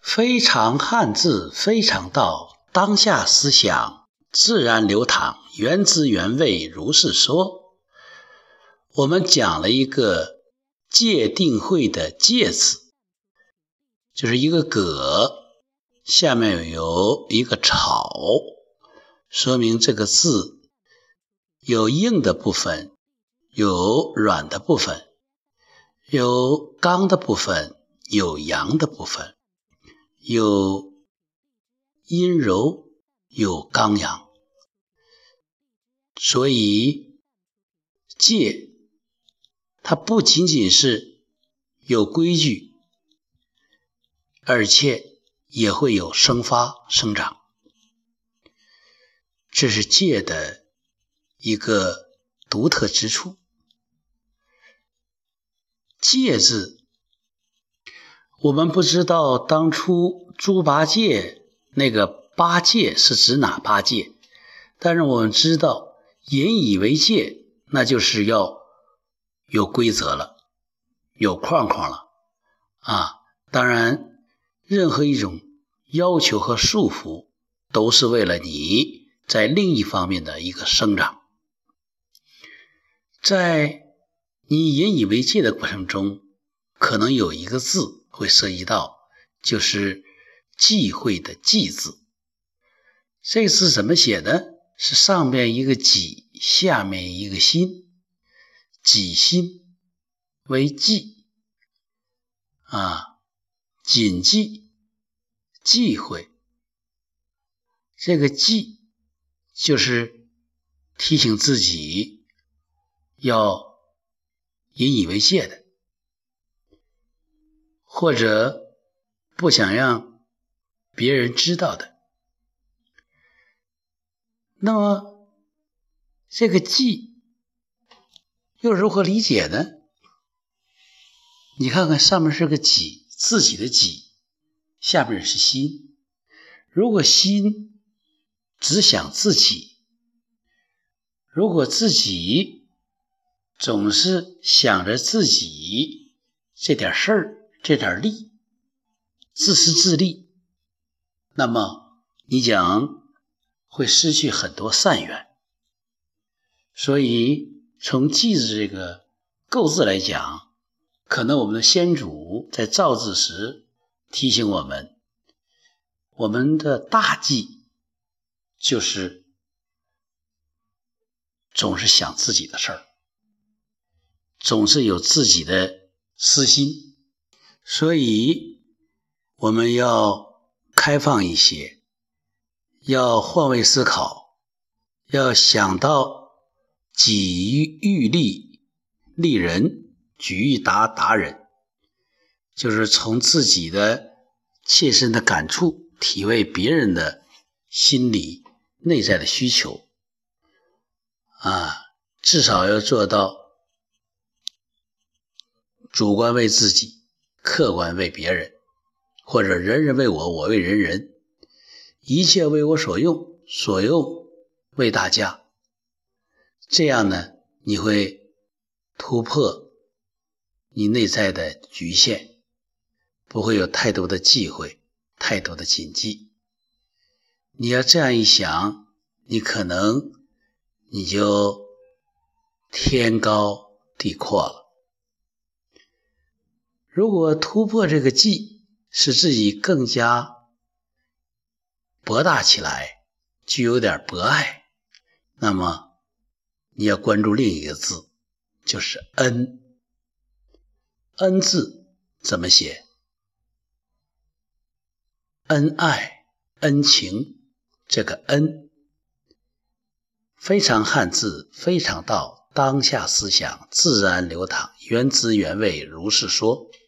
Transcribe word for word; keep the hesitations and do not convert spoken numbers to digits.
非常汉字，非常道，当下思想自然流淌，原汁原味如是说。我们讲了一个戒定慧的戒字，就是一个葛，下面有一个草，说明这个字有硬的部分，有软的部分，有刚的部分，有阳的部分，有阴柔，有刚阳。所以戒它不仅仅是有规矩，而且也会有生发生长，这是戒的一个独特之处。戒字，我们不知道当初猪八戒那个八戒是指哪八戒，但是我们知道引以为戒，那就是要有规则了，有框框了啊。当然任何一种要求和束缚都是为了你在另一方面的一个生长。在你引以为戒的过程中，可能有一个字会涉及到，就是忌讳的忌字。这个字怎么写呢？是上面一个己，下面一个心，己心为忌啊，谨记忌讳。这个忌就是提醒自己要引以为戒的，或者不想让别人知道的。那么这个忌又如何理解呢？你看看上面是个己，自己的己，下面是心。如果心只想自己，如果自己总是想着自己这点事儿，这点利，自私自利，那么你讲会失去很多善缘。所以从忌字这个构字来讲，可能我们的先祖在造字时提醒我们，我们的大忌就是总是想自己的事儿，总是有自己的私心。所以我们要开放一些，要换位思考，要想到己欲立立人，举欲达达人，就是从自己的切身的感触体会别人的心理内在的需求啊，至少要做到主观为自己，客观为别人，或者人人为我，我为人人，一切为我所用，所用为大家。这样呢，你会突破你内在的局限，不会有太多的忌讳，太多的谨记。你要这样一想，你可能你就天高地阔了。如果突破这个忌，使自己更加博大起来，具有点博爱，那么你要关注另一个字，就是恩。恩字怎么写？恩爱、恩情，这个恩非常汉字，非常道，当下思想自然流淌，原汁原味如是说。